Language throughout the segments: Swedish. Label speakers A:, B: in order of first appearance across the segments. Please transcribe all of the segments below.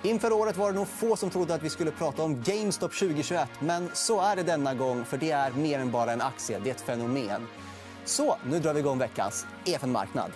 A: Inför året var det nog få som trodde att vi skulle prata om GameStop 2021, men så är det denna gång, för det är mer än bara en aktie, det är ett fenomen. Så, nu drar vi igång veckans EFN Marknad.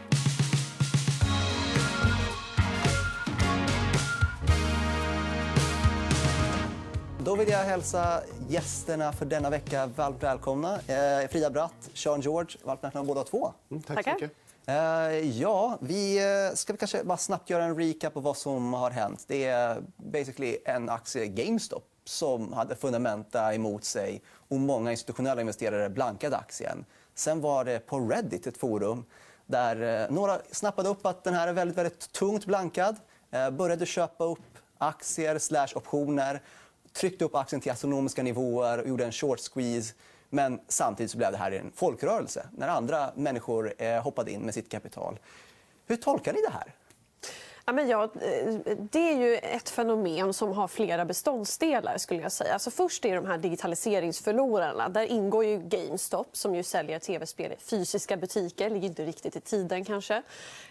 A: Då vill jag hälsa gästerna för denna vecka varmt välkomna. Frida Bratt, Sean George, varmt välkomna båda två.
B: Tack så mycket.
A: Ja, vi ska kanske bara snabbt göra en recap på vad som har hänt. Det är basically en aktie, GameStop, som hade fundamenta emot sig och många institutionella investerare blankade aktien. Sen var det på Reddit ett forum där några snappade upp att den här är väldigt, väldigt tungt blankad. Började köpa upp aktier / optioner, tryckte upp aktien till astronomiska nivåer och gjorde en short squeeze. Men samtidigt så blev det här en folkrörelse när andra människor hoppade in med sitt kapital. Hur tolkar ni det här?
C: Ja, men det är ju ett fenomen som har flera beståndsdelar skulle jag säga. Alltså först är de här digitaliseringsförlorarna. Där ingår ju GameStop som ju säljer tv-spel i fysiska butiker. Ligger inte riktigt i tiden kanske.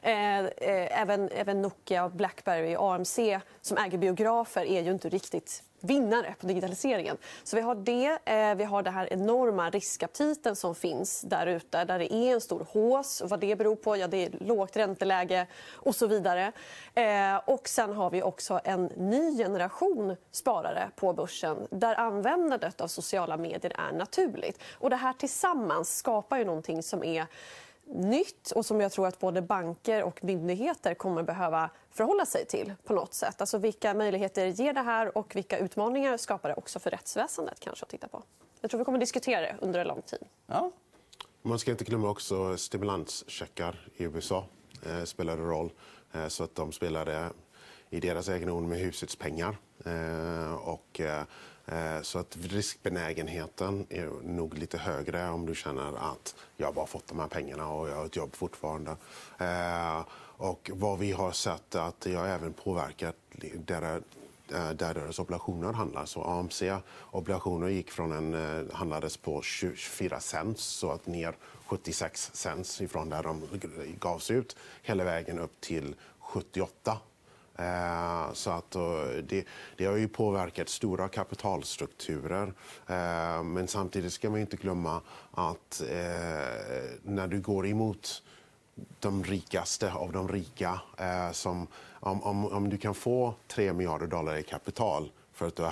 C: Även Nokia, Blackberry och AMC som äger biografer är ju inte riktigt vinnare på digitaliseringen. Så vi har det. Vi har det här enorma riskaptiten som finns där ute. Där det är en stor hås. Och vad det beror på? Ja, det är lågt ränteläge och så vidare. Och sen har vi också en ny generation sparare på börsen. Där användandet av sociala medier är naturligt. Och det här tillsammans skapar ju någonting som är nytt och som jag tror att både banker och myndigheter kommer behöva förhålla sig till på något sätt. Alltså vilka möjligheter ger det här och vilka utmaningar skapar det också för rättsväsendet kanske att titta på. Jag tror vi kommer diskutera det under en lång tid.
A: Ja.
B: Man ska inte glömma också stimulanscheckar i USA spelade roll. Så att de spelade i deras egendom med husets pengar. Så att riskbenägenheten är nog lite högre om du känner att jag bara fått de här pengarna och jag har ett jobb fortfarande. Och vad vi har sett att jag även påverkat där deras obligationer handlar. Så AMC-obligationer gick från handlades på 24 cents så att ner 76 cents ifrån där de gavs ut hela vägen upp till 78. Så att det har ju påverkat stora kapitalstrukturer. Men samtidigt ska man inte glömma att när du går emot de rikaste av de rika, om du kan få $3 miljarder i kapital för att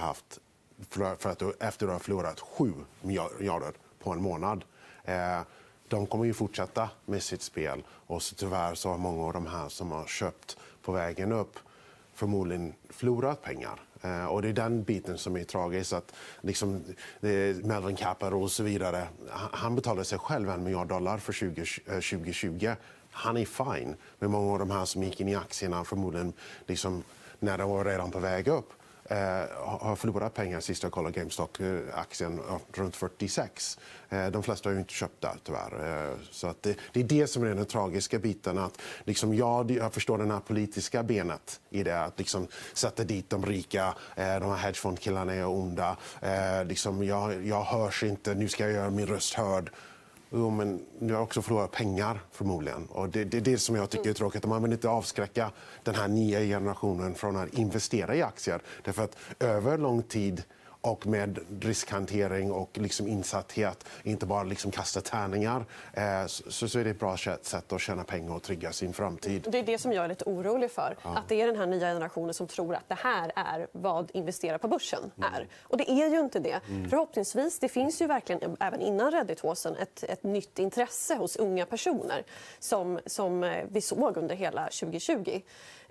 B: du efter du har förlorat 7 miljarder på en månad. De kommer ju fortsätta med sitt spel och så tyvärr så har många av de här som har köpt på vägen upp förmodligen förlorat pengar. Och det är den biten som är tragisk. Att liksom, Melvin Capital och så vidare, han betalade sig själv $1 miljard för 2020. Han är fine. Men många av de här som gick in i aktierna förmodligen liksom, när de var redan på väg upp har förlorat pengar sist jag kollade GameStop-aktien runt 46. De flesta har ju inte köpt där tyvärr. Så att det är det som är den tragiska biten. Att liksom, jag förstår den här politiska benet i det. Att liksom, sätta dit de rika, de här hedgefondkillarna är onda. Liksom, jag hörs inte, nu ska jag göra min röst hörd. Jo, men nu har också förlorat pengar förmodligen. Och det är det som jag tycker är tråkigt. Man vill inte avskräcka den här nya generationen från att investera i aktier. Därför att över lång tid och med riskhantering och liksom insatthet, inte bara liksom kasta tärningar, så är det ett bra sätt att tjäna pengar och trygga sin framtid.
C: Det är det som jag är lite orolig för. Ja. Att det är den här nya generationen som tror att det här är vad investera på börsen är. Och det är ju inte det. Förhoppningsvis, det finns ju verkligen även innan Reddit-håsen ett nytt intresse hos unga personer som vi såg under hela 2020.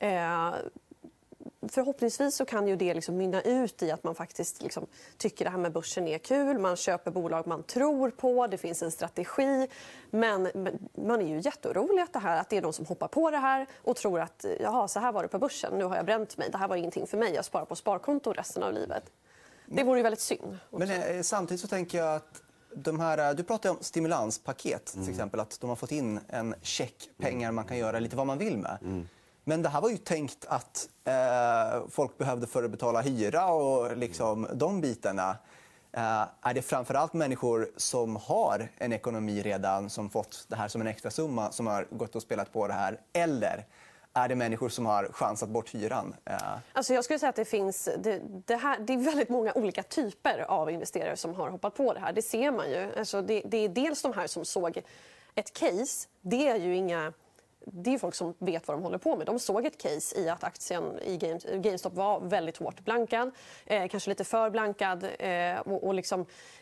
C: Förhoppningsvis så kan ju det liksom mynna ut i att man faktiskt liksom tycker det här med börsen är kul. Man köper bolag man tror på, det finns en strategi. Men man är ju jätteorolig att det är någon som hoppar på det här och tror att jaha, så här var det på börsen, nu har jag bränt mig. Det här var ingenting för mig, jag sparar på sparkonto resten av livet. Det vore ju väldigt synd.
A: Men samtidigt så tänker jag att du pratar om stimulanspaket till exempel. Att de har fått in en check, pengar man kan göra lite vad man vill med. Men det här var ju tänkt att folk behövde för att betala hyra och liksom de bitarna. Är det framförallt människor som har en ekonomi redan som fått det här som en extra summa som har gått och spelat på det här? Eller är det människor som har chansat bort hyran?
C: Alltså jag skulle säga att det finns det är väldigt många olika typer av investerare som har hoppat på det här. Det ser man ju. Alltså det är dels de här som såg ett case. Det är folk som vet vad de håller på med. De såg ett case i att aktien i GameStop var väldigt hårt blankad. Kanske lite för blankad. Och liksom,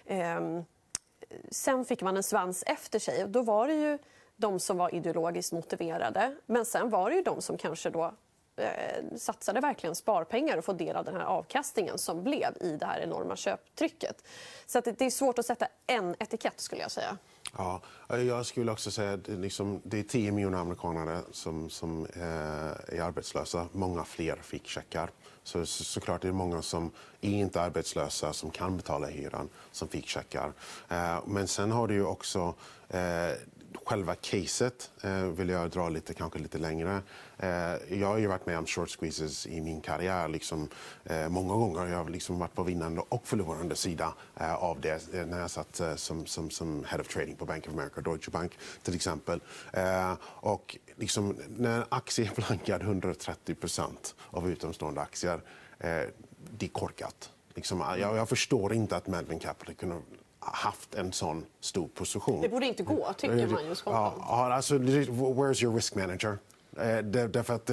C: sen fick man en svans efter sig. Då var det ju de som var ideologiskt motiverade. Men sen var det ju de som kanske då satsade verkligen sparpengar och få del av den här avkastningen som blev i det här enorma köptrycket. Så att det är svårt att sätta en etikett, skulle jag säga.
B: Ja, jag skulle också säga att det är 10 miljoner amerikaner som är arbetslösa. Många fler fick checkar. Såklart är det många som är inte arbetslösa som kan betala hyran som fick checkar. Men sen har du ju också själva caset vill jag dra kanske lite längre. Jag har ju varit med om short squeezes i min karriär många gånger. Jag har varit på vinnande och förlorande sida av det när jag satt som head of trading på Bank of America, Deutsche Bank till exempel. Och när en aktie är blankad 130% av utomstående aktier, det är korkat. Jag förstår inte att Melvin Capital kunde haft en sån stor position.
C: Det borde inte gå, tycker man ju spontant.
B: Ja, alltså, where's your risk manager? Därför att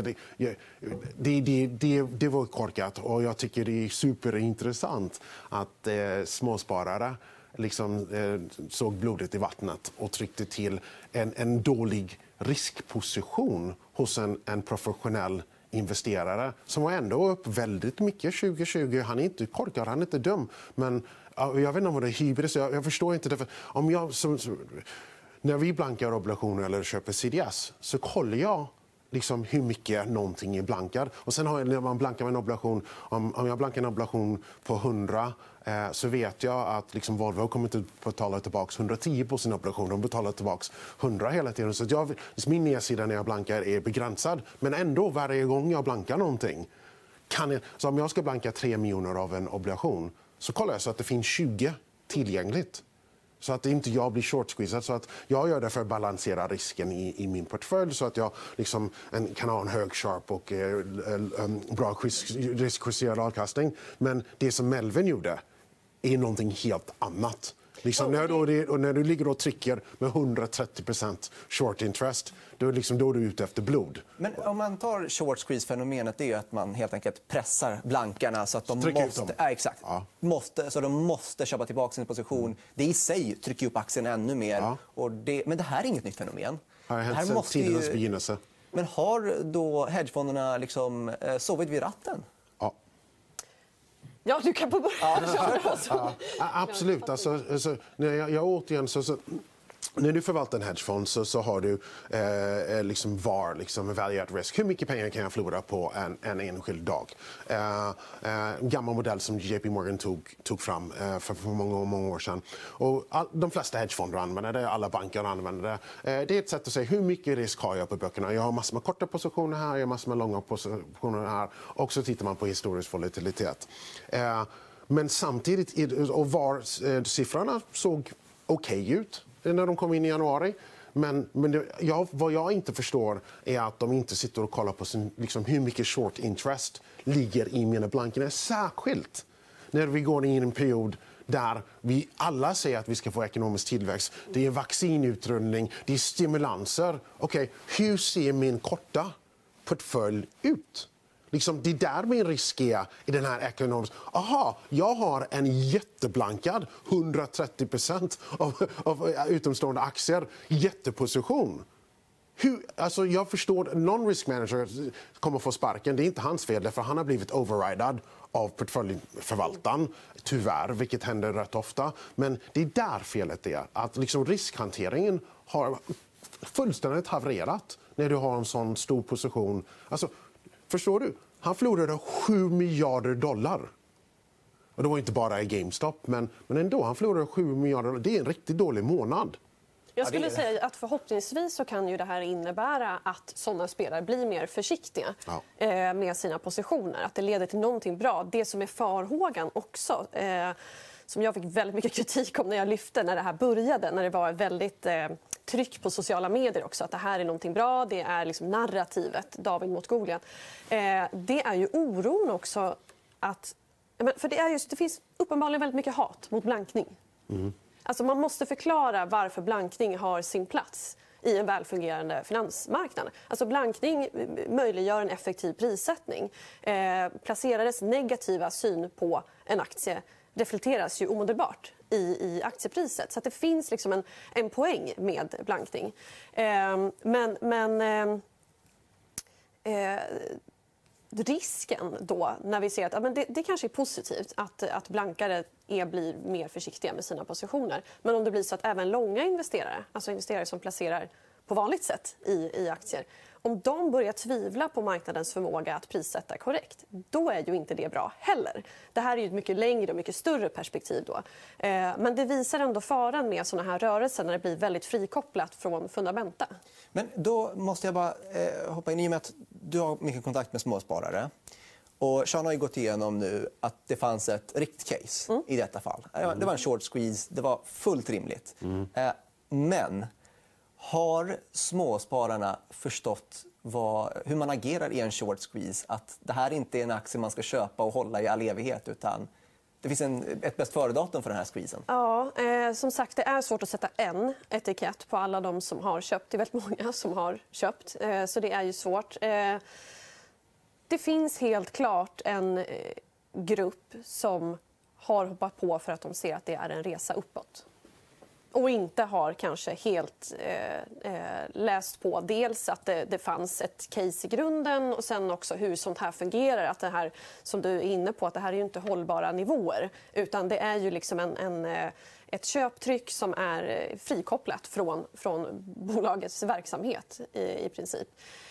B: det var korkat, och jag tycker det är superintressant att småsparare såg blodet i vattnet och tryckte till en dålig riskposition hos en professionell investerare som var ändå upp väldigt mycket 2020. Han är inte korkad, han är inte dum, men jag vet inte om det är hybris. Jag förstår inte det. När vi blankar obligationer eller köper CDS så kollar jag hur mycket någonting är blankad. Och sen när man blankar en obligation, om jag blankar en obligation på 100 så vet jag att Volvo kommer inte betala tillbaka 110 på sin obligation. De betalar tillbaka 100 hela tiden. Så min nedsida när jag blankar är begränsad. Men ändå varje gång jag blankar någonting. Så om jag ska blanka 3 miljoner av en obligation så kollar jag så att det finns 20 tillgängligt. Så att inte jag blir short squeezad. Så att jag gör det för att balansera risken i min portfölj. Så att jag kan ha en hög sharp och bra riskjusterad avkastning. Men det som Melvin gjorde är någonting helt annat. När du ligger och trycker med 130% short interest, då är du ute efter blod.
A: Men om man tar short squeeze-fenomenet, det är ju att man helt enkelt pressar blankarna så att de måste köpa tillbaka sin position. Det i sig trycker upp aktien ännu mer. Ja. Men det här är inget nytt fenomen.
B: Det här måste tidens begynnelse.
A: Men har då hedgefonderna sovit vid ratten?
C: Ja, du kan på början.
B: Absolut. När du förvaltar en hedgefond så har du VAR, value at risk. Hur mycket pengar kan jag förlora på en enskild dag? En gammal modell som JP Morgan tog fram för många år sedan. Och de flesta hedgefonder använder det, alla banker använder det. Det är ett sätt att säga hur mycket risk har jag på böckerna. Jag har massor med korta positioner här, jag har massor med långa positioner här. Och så tittar man på historisk volatilitet. Men samtidigt, och VAR-siffrorna såg okej ut när de kom in i januari. Men vad jag inte förstår är att de inte sitter och kollar på hur mycket short interest ligger i mina blankerna. Särskilt när vi går in i en period där vi alla säger att vi ska få ekonomisk tillväxt. Det är vaccinutrullning, det är stimulanser. Okej, hur ser min korta portfölj ut? Det är där min risk är i den här ekonomiska. Jag har en jätteblankad 130% av utomstående aktier, jätteposition. Jag förstår, någon risk manager kommer få sparken. Det är inte hans fel, för han har blivit overridad av portföljförvaltaren, tyvärr, vilket händer rätt ofta. Men det är där felet är, att riskhanteringen har fullständigt havererat när du har en sån stor position. Förstår du? Han förlorade $7 miljarder. Och det var inte bara i GameStop, men ändå. Han förlorade $7 miljarder. Det är en riktigt dålig månad.
C: Jag skulle säga att förhoppningsvis så kan ju det här innebära att sådana spelare blir mer försiktiga med sina positioner. Att det leder till någonting bra. Det som är farhågan också, som jag fick väldigt mycket kritik om när jag lyfte när det här började, när det var väldigt tryck på sociala medier också, att det här är någonting bra, det är liksom narrativet David mot Goliat. Det är ju oron också att... För det finns uppenbarligen väldigt mycket hat mot blankning. Alltså man måste förklara varför blankning har sin plats i en välfungerande finansmarknad. Alltså blankning möjliggör en effektiv prissättning. Placerares negativa syn på en aktie reflekteras ju omedelbart i aktiepriset. Så att det finns liksom en poäng med blankning. Risken då, när vi ser att det kanske är positivt att blankare blir mer försiktiga med sina positioner. Men om det blir så att även långa investerare, alltså investerare som placerar på vanligt sätt i aktier, om de börjar tvivla på marknadens förmåga att prissätta korrekt, då är ju inte det bra heller. Det här är ju ett mycket längre och mycket större perspektiv då. Men det visar ändå faran med såna här rörelser när det blir väldigt frikopplat från fundamenta.
A: Men då måste jag bara hoppa in i och med att du har mycket kontakt med småsparare. Och Sean har ju gått igenom nu att det fanns ett riktigt case i detta fall. Det var en short squeeze, det var fullt rimligt. Men har småspararna förstått hur man agerar i en short squeeze? Att det här inte är en aktie man ska köpa och hålla i all evighet, utan det finns ett bäst före-datum för den här squeezen.
C: Ja, som sagt, det är svårt att sätta en etikett på alla de som har köpt. Det är väldigt många som har köpt, så det är ju svårt. Det finns helt klart en grupp som har hoppat på för att de ser att det är en resa uppåt. Och inte har kanske helt läst på dels att det fanns ett case i grunden och sen också hur sånt här fungerar. Att det här, som du är inne på, att det här är ju inte hållbara nivåer, utan det är ju liksom ett köptryck som är frikopplat från bolagets verksamhet i princip.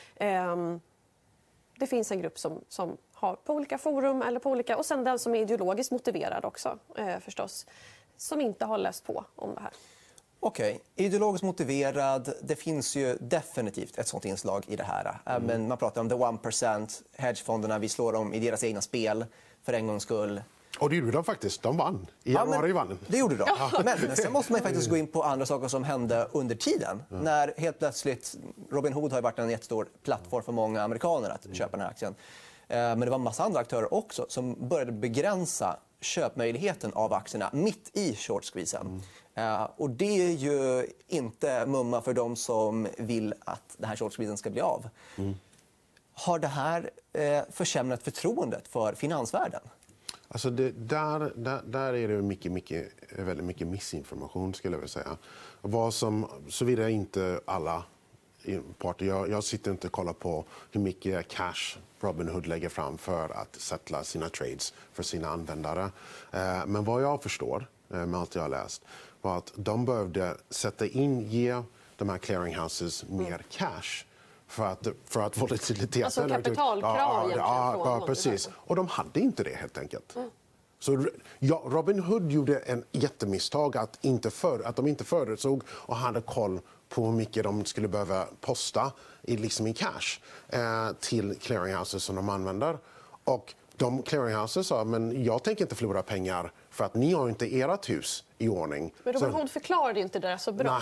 C: Det finns en grupp som har på olika forum eller på olika, och sen den som är ideologiskt motiverad också förstås, som inte har läst på om det här.
A: Okej, ideologiskt motiverad. Det finns ju definitivt ett sånt inslag i det här. Men man pratar om the 1%, hedgefonderna, vi slår dem i deras egna spel för en gångs skull.
B: Och det gjorde de faktiskt. De vann. I januari vann.
A: Det gjorde de. Men sen måste man faktiskt gå in på andra saker som hände under tiden. När helt plötsligt, Robin Hood har ju varit en jättestor plattform för många amerikaner att köpa den här aktien. Men det var en massa andra aktörer också som började begränsa köpmöjligheten av aktierna mitt i short squeezen. Och det är ju inte mumma för de som vill att den här short squeezen ska bli av. Har det här försämrat förtroendet för finansvärlden?
B: Alltså där är det väldigt mycket missinformation, skulle jag vilja säga. Såvida inte alla parter. Jag sitter inte och kollar på hur mycket cash Robinhood lägger fram för att sätta sina trades för sina användare. Men vad jag förstår med allt jag har läst var att de behövde ge de här clearinghouses mer cash för att volatiliteten...
C: Alltså kapitalkrav
B: ja, precis. Och de hade inte det helt enkelt. Så Robinhood gjorde en jättemisstag att de inte förutsåg och hade koll på hur mycket de skulle behöva posta i cash till clearinghouses som de använder. Och de clearinghouses sa, men jag tänker inte förlora pengar för att ni har inte ert hus i ordning.
C: Men Robinhood förklarade inte det så bra.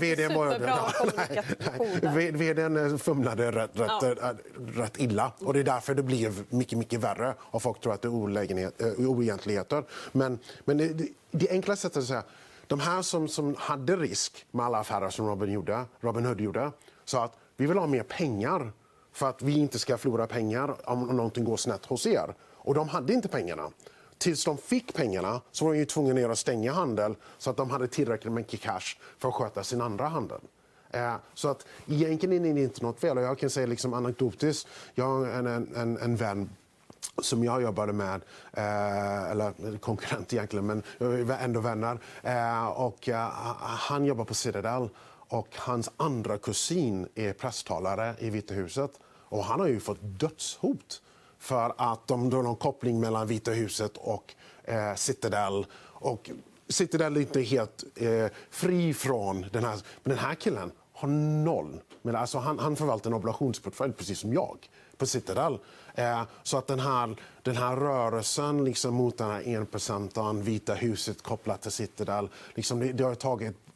B: VD:n fumlade rätt illa. Och det är därför det blir mycket, mycket värre. Och folk tror att det är oegentligheter. Men det enkla sättet att säga, de här som hade risk med alla affärer som Robinhood gjorde, sa att vi vill ha mer pengar för att vi inte ska förlora pengar om någonting går snett hos er. Och de hade inte pengarna. Tills de fick pengarna så var de ju tvungna att stänga handel så att de hade tillräckligt mycket cash för att sköta sin andra handel. Så att egentligen är det inte något fel. Och jag kan säga anekdotiskt, jag har en vän som jag jobbade med, eller konkurrent egentligen, men vi var ändå vänner. Och han jobbar på Citadel och hans andra kusin är presstalare i Vita huset. Och han har ju fått dödshot för att de har någon koppling mellan Vita huset och Citadel. Och Citadel är inte helt fri från den här. Men den här killen har noll. Men alltså han förvaltar en obligationsportfölj precis som jag på Citadel. Så att den här rörelsen mot den här 1%, Vita huset kopplat till Citadel, det har tagit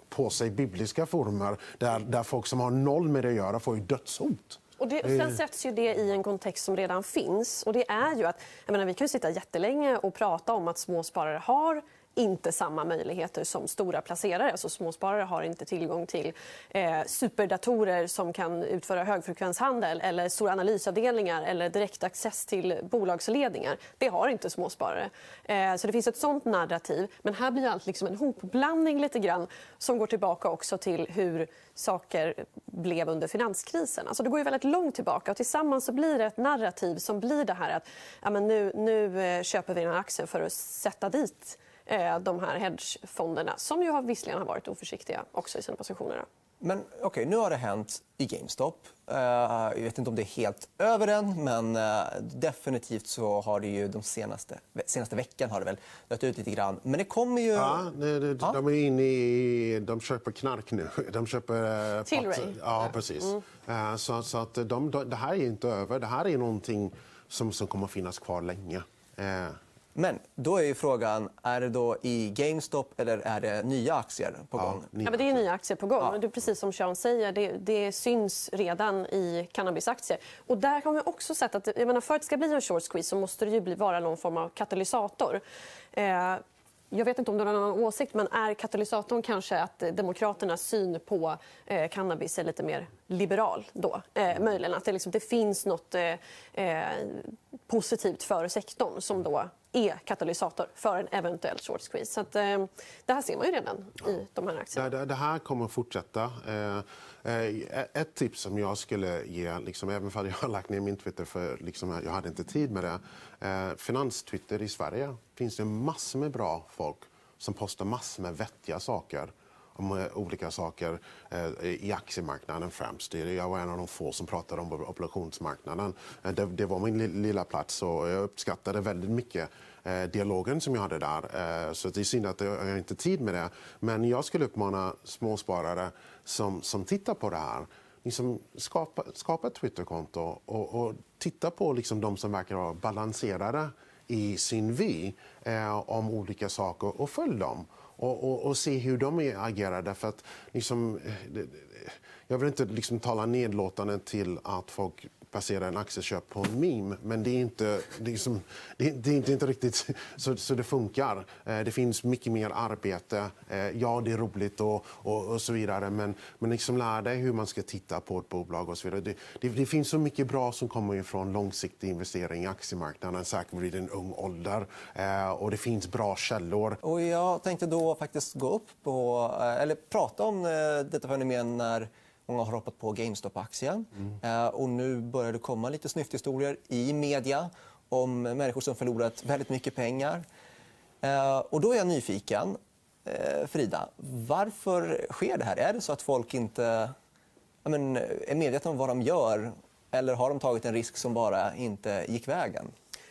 B: på sig bibliska former där folk som har noll med det att göra får ju dödshot.
C: Och sen sätts ju det i en kontext som redan finns. Och det är ju att, jag menar, vi kan ju sitta jättelänge och prata om att småsparare har inte samma möjligheter som stora placerare. Alltså småsparare har inte tillgång till superdatorer som kan utföra högfrekvenshandel eller stora analysavdelningar eller direkt access till bolagsledningar. Det har inte småsparare. Så det finns ett sånt narrativ. Men här blir allt liksom en hopblandning lite grann som går tillbaka också till hur saker blev under finanskrisen. Alltså det går ju väldigt långt tillbaka och tillsammans så blir det ett narrativ som blir det här att ja, men nu köper vi den här aktien för att sätta dit de här hedgefonderna som ju visserligen har varit oförsiktiga också i sina positioner.
A: Men okej, nu har det hänt i GameStop. Jag vet inte om det är helt över än, men definitivt så har det ju de senaste veckan har det väl dött ut lite grann. Men det kommer ju...
B: Ja, de är inne i... De köper knark nu. De köper...
C: Tilray.
B: Ja, precis. Så att det här är inte över. Det här är någonting som kommer finnas kvar länge.
A: Men då är ju frågan, är det då i GameStop eller är det nya aktier på gång?
C: Ja, men det är nya aktier på gång. Ja. Det är precis som Sean säger, det syns redan i cannabisaktier. Och där har vi också sett att för att det ska bli en short squeeze så måste det ju vara någon form av katalysator. Jag vet inte om du har någon åsikt, men är katalysatorn kanske att demokraternas syn på cannabis är lite mer liberal då? Möjligen att det finns något positivt för sektorn som då är katalysator för en eventuell short squeeze. Så att, det här ser man ju redan i de här aktierna.
B: Det här kommer att fortsätta. Ett tips som jag skulle ge, även för att jag har lagt ner min Twitter för jag hade inte tid med det. Finanstwitter i Sverige finns det massor med bra folk som postar massor med vettiga saker om olika saker i aktiemarknaden främst. Jag var en av de få som pratade om obligationsmarknaden. Det var min lilla plats och jag uppskattade väldigt mycket dialogen som jag hade där. Så det är synd att jag har inte tid med det. Men jag skulle uppmana småsparare som tittar på det här. Skapa ett Twitterkonto och titta på de som verkar vara balanserade i sin vy om olika saker och följ dem. Och se hur de agerar. Därför att, jag vill inte tala nedlåtande till att folk baserar en aktieköp på en meme. Men det är inte, det är inte riktigt så det funkar. Det finns mycket mer arbete. Ja, det är roligt och så vidare. Men lär dig hur man ska titta på ett bolag och så vidare. Det finns så mycket bra som kommer ifrån långsiktig investering i aktiemarknaden. Säkert vid en ung ålder. Och det finns bra källor.
A: Och jag tänkte då faktiskt gå upp på, eller prata om detta fenomen när många har hoppat på GameStop-aktien. Och nu börjar det komma lite snyfthistorier i media om människor som förlorat väldigt mycket pengar. Och då är jag nyfiken. Frida, varför sker det här? Är det så att folk inte är medvetna om vad de gör? Eller har de tagit en risk som bara inte gick vägen?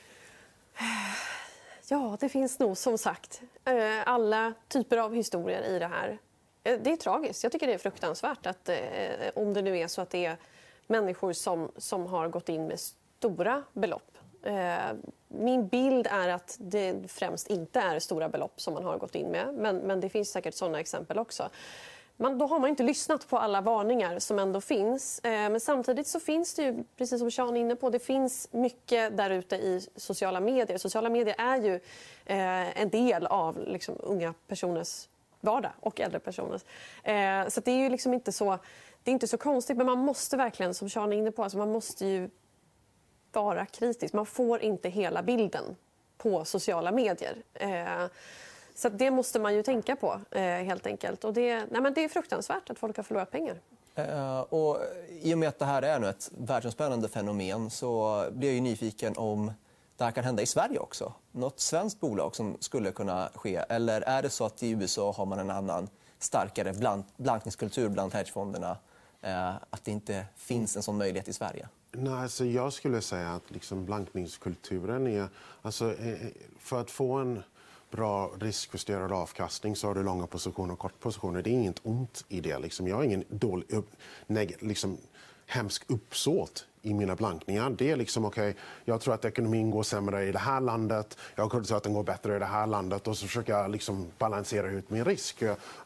C: Ja, det finns nog som sagt alla typer av historier i det här. Det är tragiskt. Jag tycker det är fruktansvärt att om det nu är så att det är människor som har gått in med stora belopp. Min bild är att det främst inte är stora belopp som man har gått in med. Men det finns säkert sådana exempel också. Då har man inte lyssnat på alla varningar som ändå finns. Men samtidigt så finns det ju, precis som Sean är inne på, det finns mycket där ute i sociala medier. Sociala medier är ju en del av unga personers vardag och äldre personer. Så det är ju inte så, det är inte så konstigt, men man måste verkligen, som Sean är inne på, man måste ju vara kritisk. Man får inte hela bilden på sociala medier. Så det måste man ju tänka på helt enkelt. Och det är fruktansvärt att folk har förlorat pengar.
A: Och i och med att det här är ett världsomspännande fenomen så blir jag ju nyfiken om det här kan hända i Sverige också. Något svenskt bolag som skulle kunna ske. Eller är det så att i USA har man en annan starkare blankningskultur bland hedgefonderna? Att det inte finns en sån möjlighet i Sverige?
B: Nej, alltså jag skulle säga att blankningskulturen är... Alltså, för att få en bra riskjusterad avkastning så har du långa positioner och kortpositioner. Det är inget ont i det. Jag har ingen dålig... hemsk uppsåt i mina blankningar. Det är liksom okej, jag tror att ekonomin går sämre i det här landet. Jag tror att den går bättre i det här landet och så försöker jag liksom balansera ut min risk.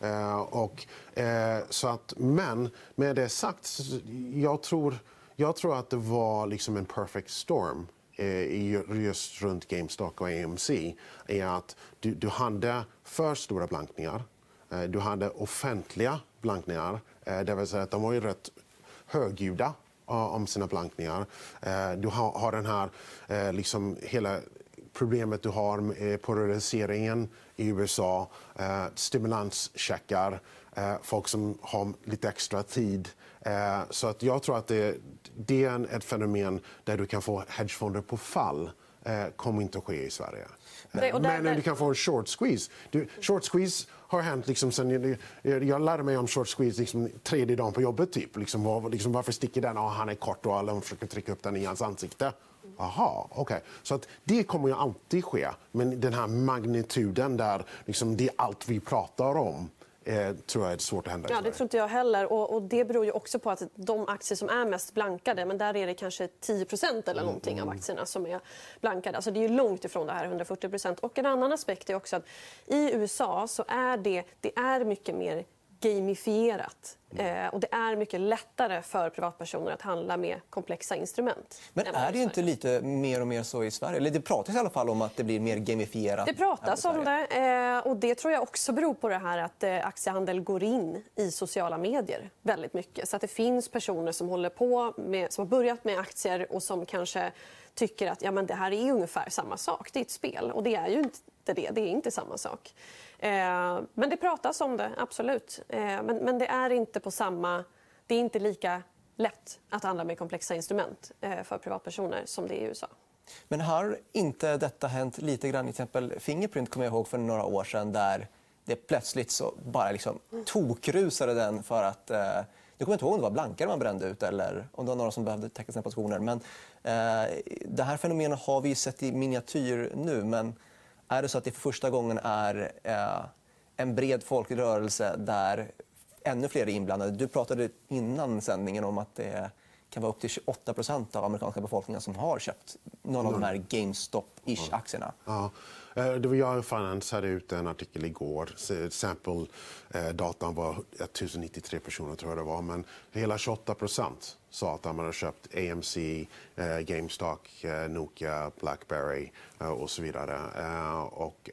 B: Men med det sagt, jag tror att det var liksom en perfect storm just runt GameStop och AMC är att du hade för stora blankningar. Du hade offentliga blankningar. Det vill säga att de var ju rätt högljudda om sina blankningar. Du har den här liksom hela problemet du har med polariseringen i USA, stimulanscheckar, folk som har lite extra tid. Så att jag tror att det är ett fenomen där du kan få hedgefonder på fall. Kommer inte att ske i Sverige. Men du kan få en short squeeze. Short squeeze har hänt liksom sen jag lärde mig om short squeeze liksom tredje dagen på jobbet typ. Varför sticker den? Han är kort och alla försöker trycka upp den i hans ansikte. Aha, okej. Så att det kommer ju alltid ske. Men den här magnituden där liksom det är allt vi pratar om. Tror jag är svårt att hända i Sverige.
C: Det tror inte jag heller. Och det beror ju också på att de aktier som är mest blankade, men där är det kanske 10% eller någonting av aktierna som är blankade. Alltså det är ju långt ifrån det här 140%. Och en annan aspekt är också att i USA så är det är mycket mer gamifierat. Och det är mycket lättare för privatpersoner att handla med komplexa instrument.
A: Men är det inte lite mer och mer så i Sverige? Eller det pratas i alla fall om att det blir mer gamifierat.
C: Det pratas om det. Och det tror jag också beror på det här att aktiehandel går in i sociala medier väldigt mycket. Så att det finns personer som håller på med, som har börjat med aktier och som kanske tycker att men det här är ungefär samma sak. Det är ett spel. Och det är ju inte det. Det är inte samma sak. Men det pratas om det, absolut. Men det är inte på samma... Det är inte lika lätt att handla med komplexa instrument för privatpersoner som det är i USA.
A: Men har inte detta hänt lite grann? Till exempel Fingerprint kommer jag ihåg för några år sedan där det plötsligt så bara liksom tokrusade den för att... Jag kommer inte ihåg om det var blankare man brände ut eller om det var några som behövde täcka sina positioner. Men det här fenomenet har vi sett i miniatyr nu, men är det så att det för första gången är en bred folklig rörelse där ännu fler är inblandade? Du pratade innan sändningen om att det kan vara upp till 28% av amerikanska befolkningen som har köpt någon av de här GameStop-ish-aktierna.
B: Ja. Det var jag och Finance hade ut en artikel igår. Sample-datan var 1093 personer tror jag det var. Men hela 28% sa att de hade köpt AMC, GameStop, Nokia, BlackBerry och så vidare. Och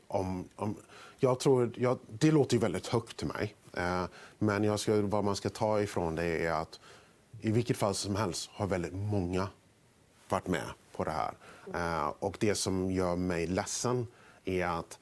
B: jag tror, det låter ju väldigt högt till mig. Men vad man ska ta ifrån det är att i vilket fall som helst har väldigt många varit med på det här. Och det som gör mig ledsen är att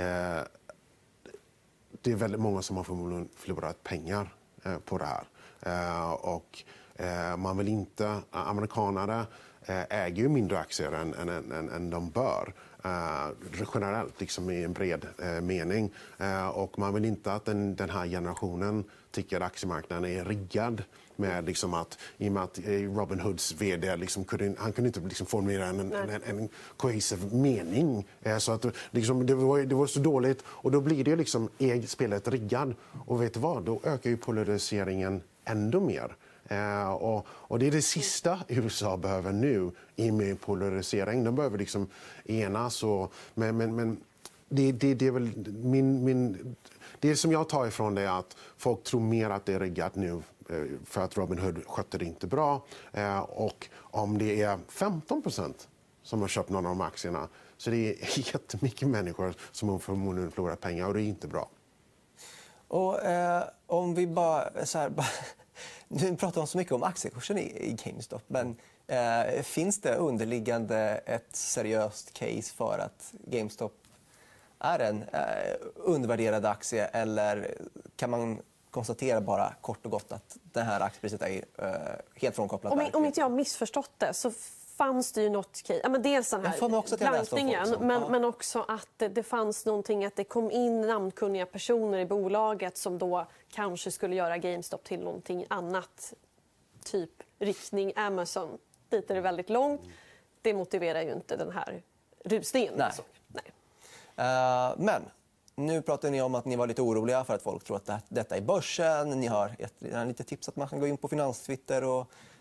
B: det är väldigt många som har förlorat pengar på det här. Och man vill inte... Amerikanare äger ju mindre aktier än de bör. Generellt, liksom i en bred mening. Och man vill inte att den här generationen tycker att aktiemarknaden är riggad med liksom att, i och med att Robin Hoods vd liksom han kunde inte liksom formulera en cohesive mening. Så att liksom, det var så dåligt och då blir det liksom spelet riggad. Och vet du vad, då ökar ju polariseringen ändå mer. Och det är det sista USA behöver nu i med polarisering. De behöver liksom enas. Men det är väl det som jag tar ifrån det är att folk tror mer att det är riggat nu för att Robin Hood skötte det inte bra. Och om det är 15% som har köpt någon av de aktierna så det är jättemycket människor som har förmodligen förlorat pengar och det är inte bra.
A: Och om vi bara... Nu pratar så mycket om aktiekursen i GameStop, men finns det underliggande ett seriöst case för att GameStop är en undervärderad aktie eller kan man konstatera bara kort och gott att det här aktiepriset är helt frånkopplat?
C: Om inte jag har missförstått det så fanns det ju något case. Men dels den här blankningen, men också att det fanns någonting att det kom in namnkunniga personer i bolaget som då kanske skulle göra GameStop till någonting annat. Typ riktning Amazon. Dit är det väldigt långt. Det motiverar ju inte den här rusningen.
A: Nej. Men nu pratar ni om att ni var lite oroliga för att folk tror att detta är börsen. Ni har lite tips att man kan gå in på Finanstwitter och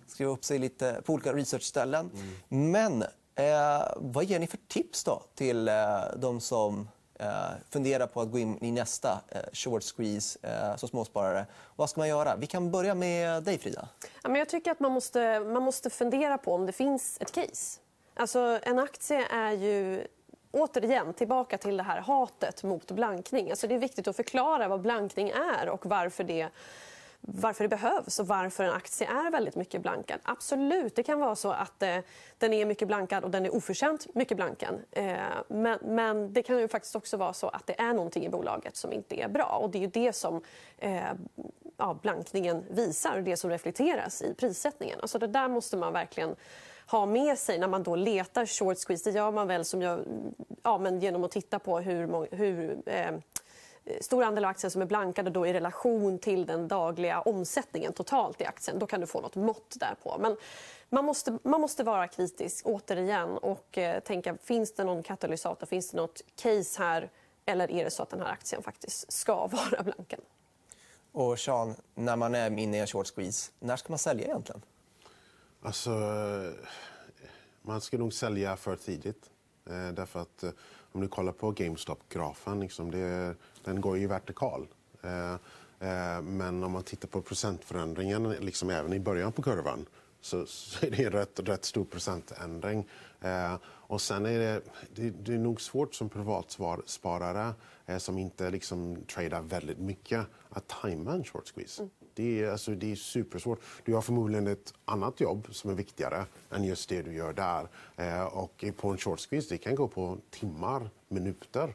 A: skriva upp sig lite på olika researchställen. Men vad ger ni för tips då till de som funderar på att gå in i nästa short squeeze som småsparare? Vad ska man göra? Vi kan börja med dig, Frida.
C: Ja, men jag tycker att man måste fundera på om det finns ett case. Alltså, en aktie är ju återigen tillbaka till det här hatet mot blankning. Alltså, det är viktigt att förklara vad blankning är och varför det behövs och varför en aktie är väldigt mycket blankad. Absolut, det kan vara så att den är mycket blankad och den är oförtjänt mycket blankad. Men det kan ju faktiskt också vara så att det är någonting i bolaget som inte är bra. Och det är ju det som blankningen visar och det som reflekteras i prissättningen. Alltså det där måste man verkligen ha med sig när man då letar short squeeze. Det gör man väl men genom att titta på hur stor andel av aktien som är blankade då i relation till den dagliga omsättningen totalt i aktien. Då kan du få något mått där på. Men man måste vara kritisk återigen och tänka, finns det någon katalysator, finns det något case här eller är det så att den här aktien faktiskt ska vara blankad?
A: Och Sean, när man är inne i en short squeeze, när ska man sälja egentligen?
B: Alltså, man ska nog sälja för tidigt. Därför att om du kollar på GameStop-grafen, liksom, den går ju vertikal. Men om man tittar på procentförändringen, liksom även i början på kurvan, så är det en rätt stor procentändring. Och sen är det är nog svårt som privatsparare som inte liksom tradar väldigt mycket att tajma en short squeeze. Det är supersvårt. Du har förmodligen ett annat jobb som är viktigare än just det du gör där. Och på en short squeeze det kan gå på timmar, minuter.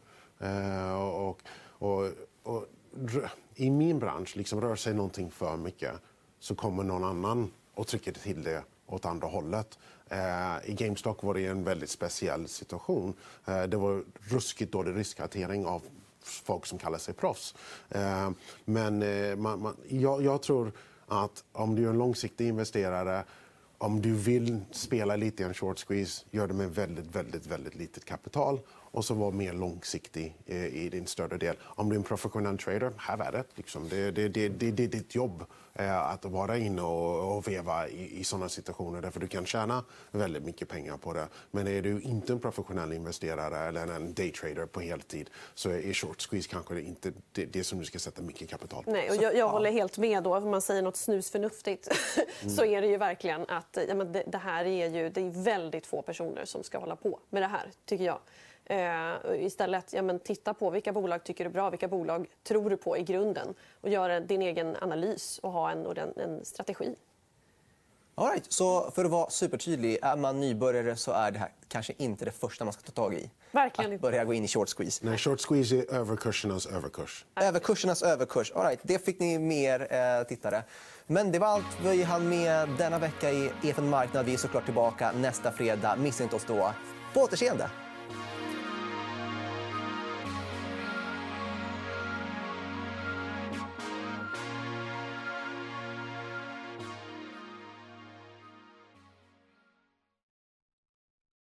B: Och i min bransch liksom rör sig någonting för mycket så kommer någon annan och trycker till det åt andra hållet. I GameStop var det en väldigt speciell situation. Det var ruskigt dålig riskhantering av folk som kallar sig proffs. Men jag tror att om du är en långsiktig investerare, om du vill spela lite i en short squeeze, gör det med väldigt litet kapital och så var mer långsiktig i din större del. Om du är en professionell trader, här är det. Liksom. Det är ditt jobb att vara inne och veva i sådana situationer därför du kan tjäna väldigt mycket pengar på det. Men är du inte en professionell investerare eller en daytrader på heltid så är short squeeze kanske inte det som du ska sätta mycket kapital på.
C: Nej, och jag håller helt med då. Om man säger något snusförnuftigt så är det ju verkligen att det här det är väldigt få personer som ska hålla på med det här, tycker jag. Istället titta på vilka bolag tycker du är bra, vilka bolag tror du på i grunden och göra din egen analys och ha en strategi.
A: All right. Så för att vara supertydlig, är man nybörjare så är det här kanske inte det första man ska ta tag i.
C: Verkligen
A: att börja gå in i short squeeze.
B: Nej, short squeeze är överkursernas överkurs.
A: Överkursernas överkurs. All right. Det fick ni mer tittare. Men det var allt vi hann med denna vecka i EFN Marknad. Vi är såklart tillbaka nästa fredag. Missa inte oss då. På återseende!